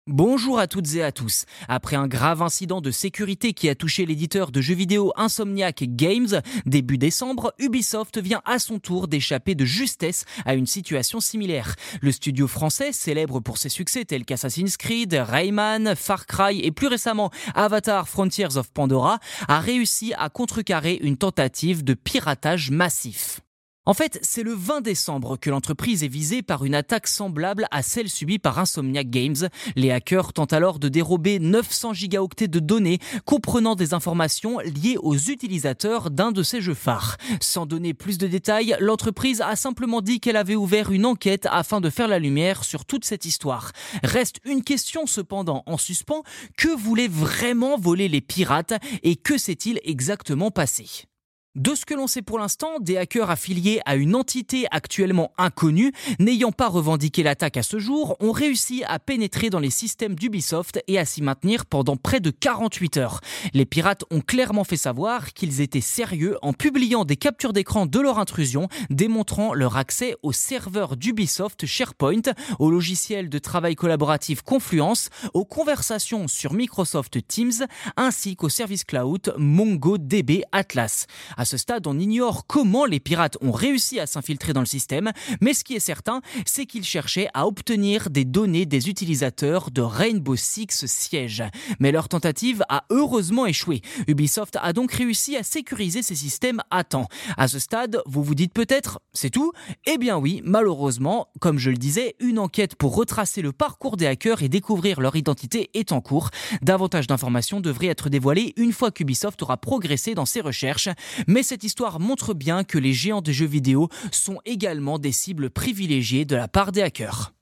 Bonjour à toutes et à tous. Après un grave incident de sécurité qui a touché l'éditeur de jeux vidéo Insomniac Games, début décembre, Ubisoft vient à son tour d'échapper de justesse à une situation similaire. Le studio français, célèbre pour ses succès tels qu'Assassin's Creed, Rayman, Far Cry et plus récemment Avatar Frontiers of Pandora, a réussi à contrecarrer une tentative de piratage massif. En fait, c'est le 20 décembre que l'entreprise est visée par une attaque semblable à celle subie par Insomniac Games. Les hackers tentent alors de dérober 900 gigaoctets de données comprenant des informations liées aux utilisateurs d'un de ses jeux phares. Sans donner plus de détails, l'entreprise a simplement dit qu'elle avait ouvert une enquête afin de faire la lumière sur toute cette histoire. Reste une question cependant en suspens, que voulaient vraiment voler les pirates et que s'est-il exactement passé ? De ce que l'on sait pour l'instant, des hackers affiliés à une entité actuellement inconnue, n'ayant pas revendiqué l'attaque à ce jour, ont réussi à pénétrer dans les systèmes d'Ubisoft et à s'y maintenir pendant près de 48 heures. Les pirates ont clairement fait savoir qu'ils étaient sérieux en publiant des captures d'écran de leur intrusion, démontrant leur accès aux serveurs d'Ubisoft SharePoint, au logiciel de travail collaboratif Confluence, aux conversations sur Microsoft Teams, ainsi qu'au service cloud MongoDB Atlas. À ce stade, on ignore comment les pirates ont réussi à s'infiltrer dans le système, mais ce qui est certain, c'est qu'ils cherchaient à obtenir des données des utilisateurs de Rainbow Six Siege. Mais leur tentative a heureusement échoué. Ubisoft a donc réussi à sécuriser ces systèmes à temps. À ce stade, vous vous dites peut-être, c'est tout ? Eh bien oui, malheureusement, comme je le disais, une enquête pour retracer le parcours des hackers et découvrir leur identité est en cours. Davantage d'informations devraient être dévoilées une fois qu'Ubisoft aura progressé dans ses recherches. Mais cette histoire montre bien que les géants de jeux vidéo sont également des cibles privilégiées de la part des hackers.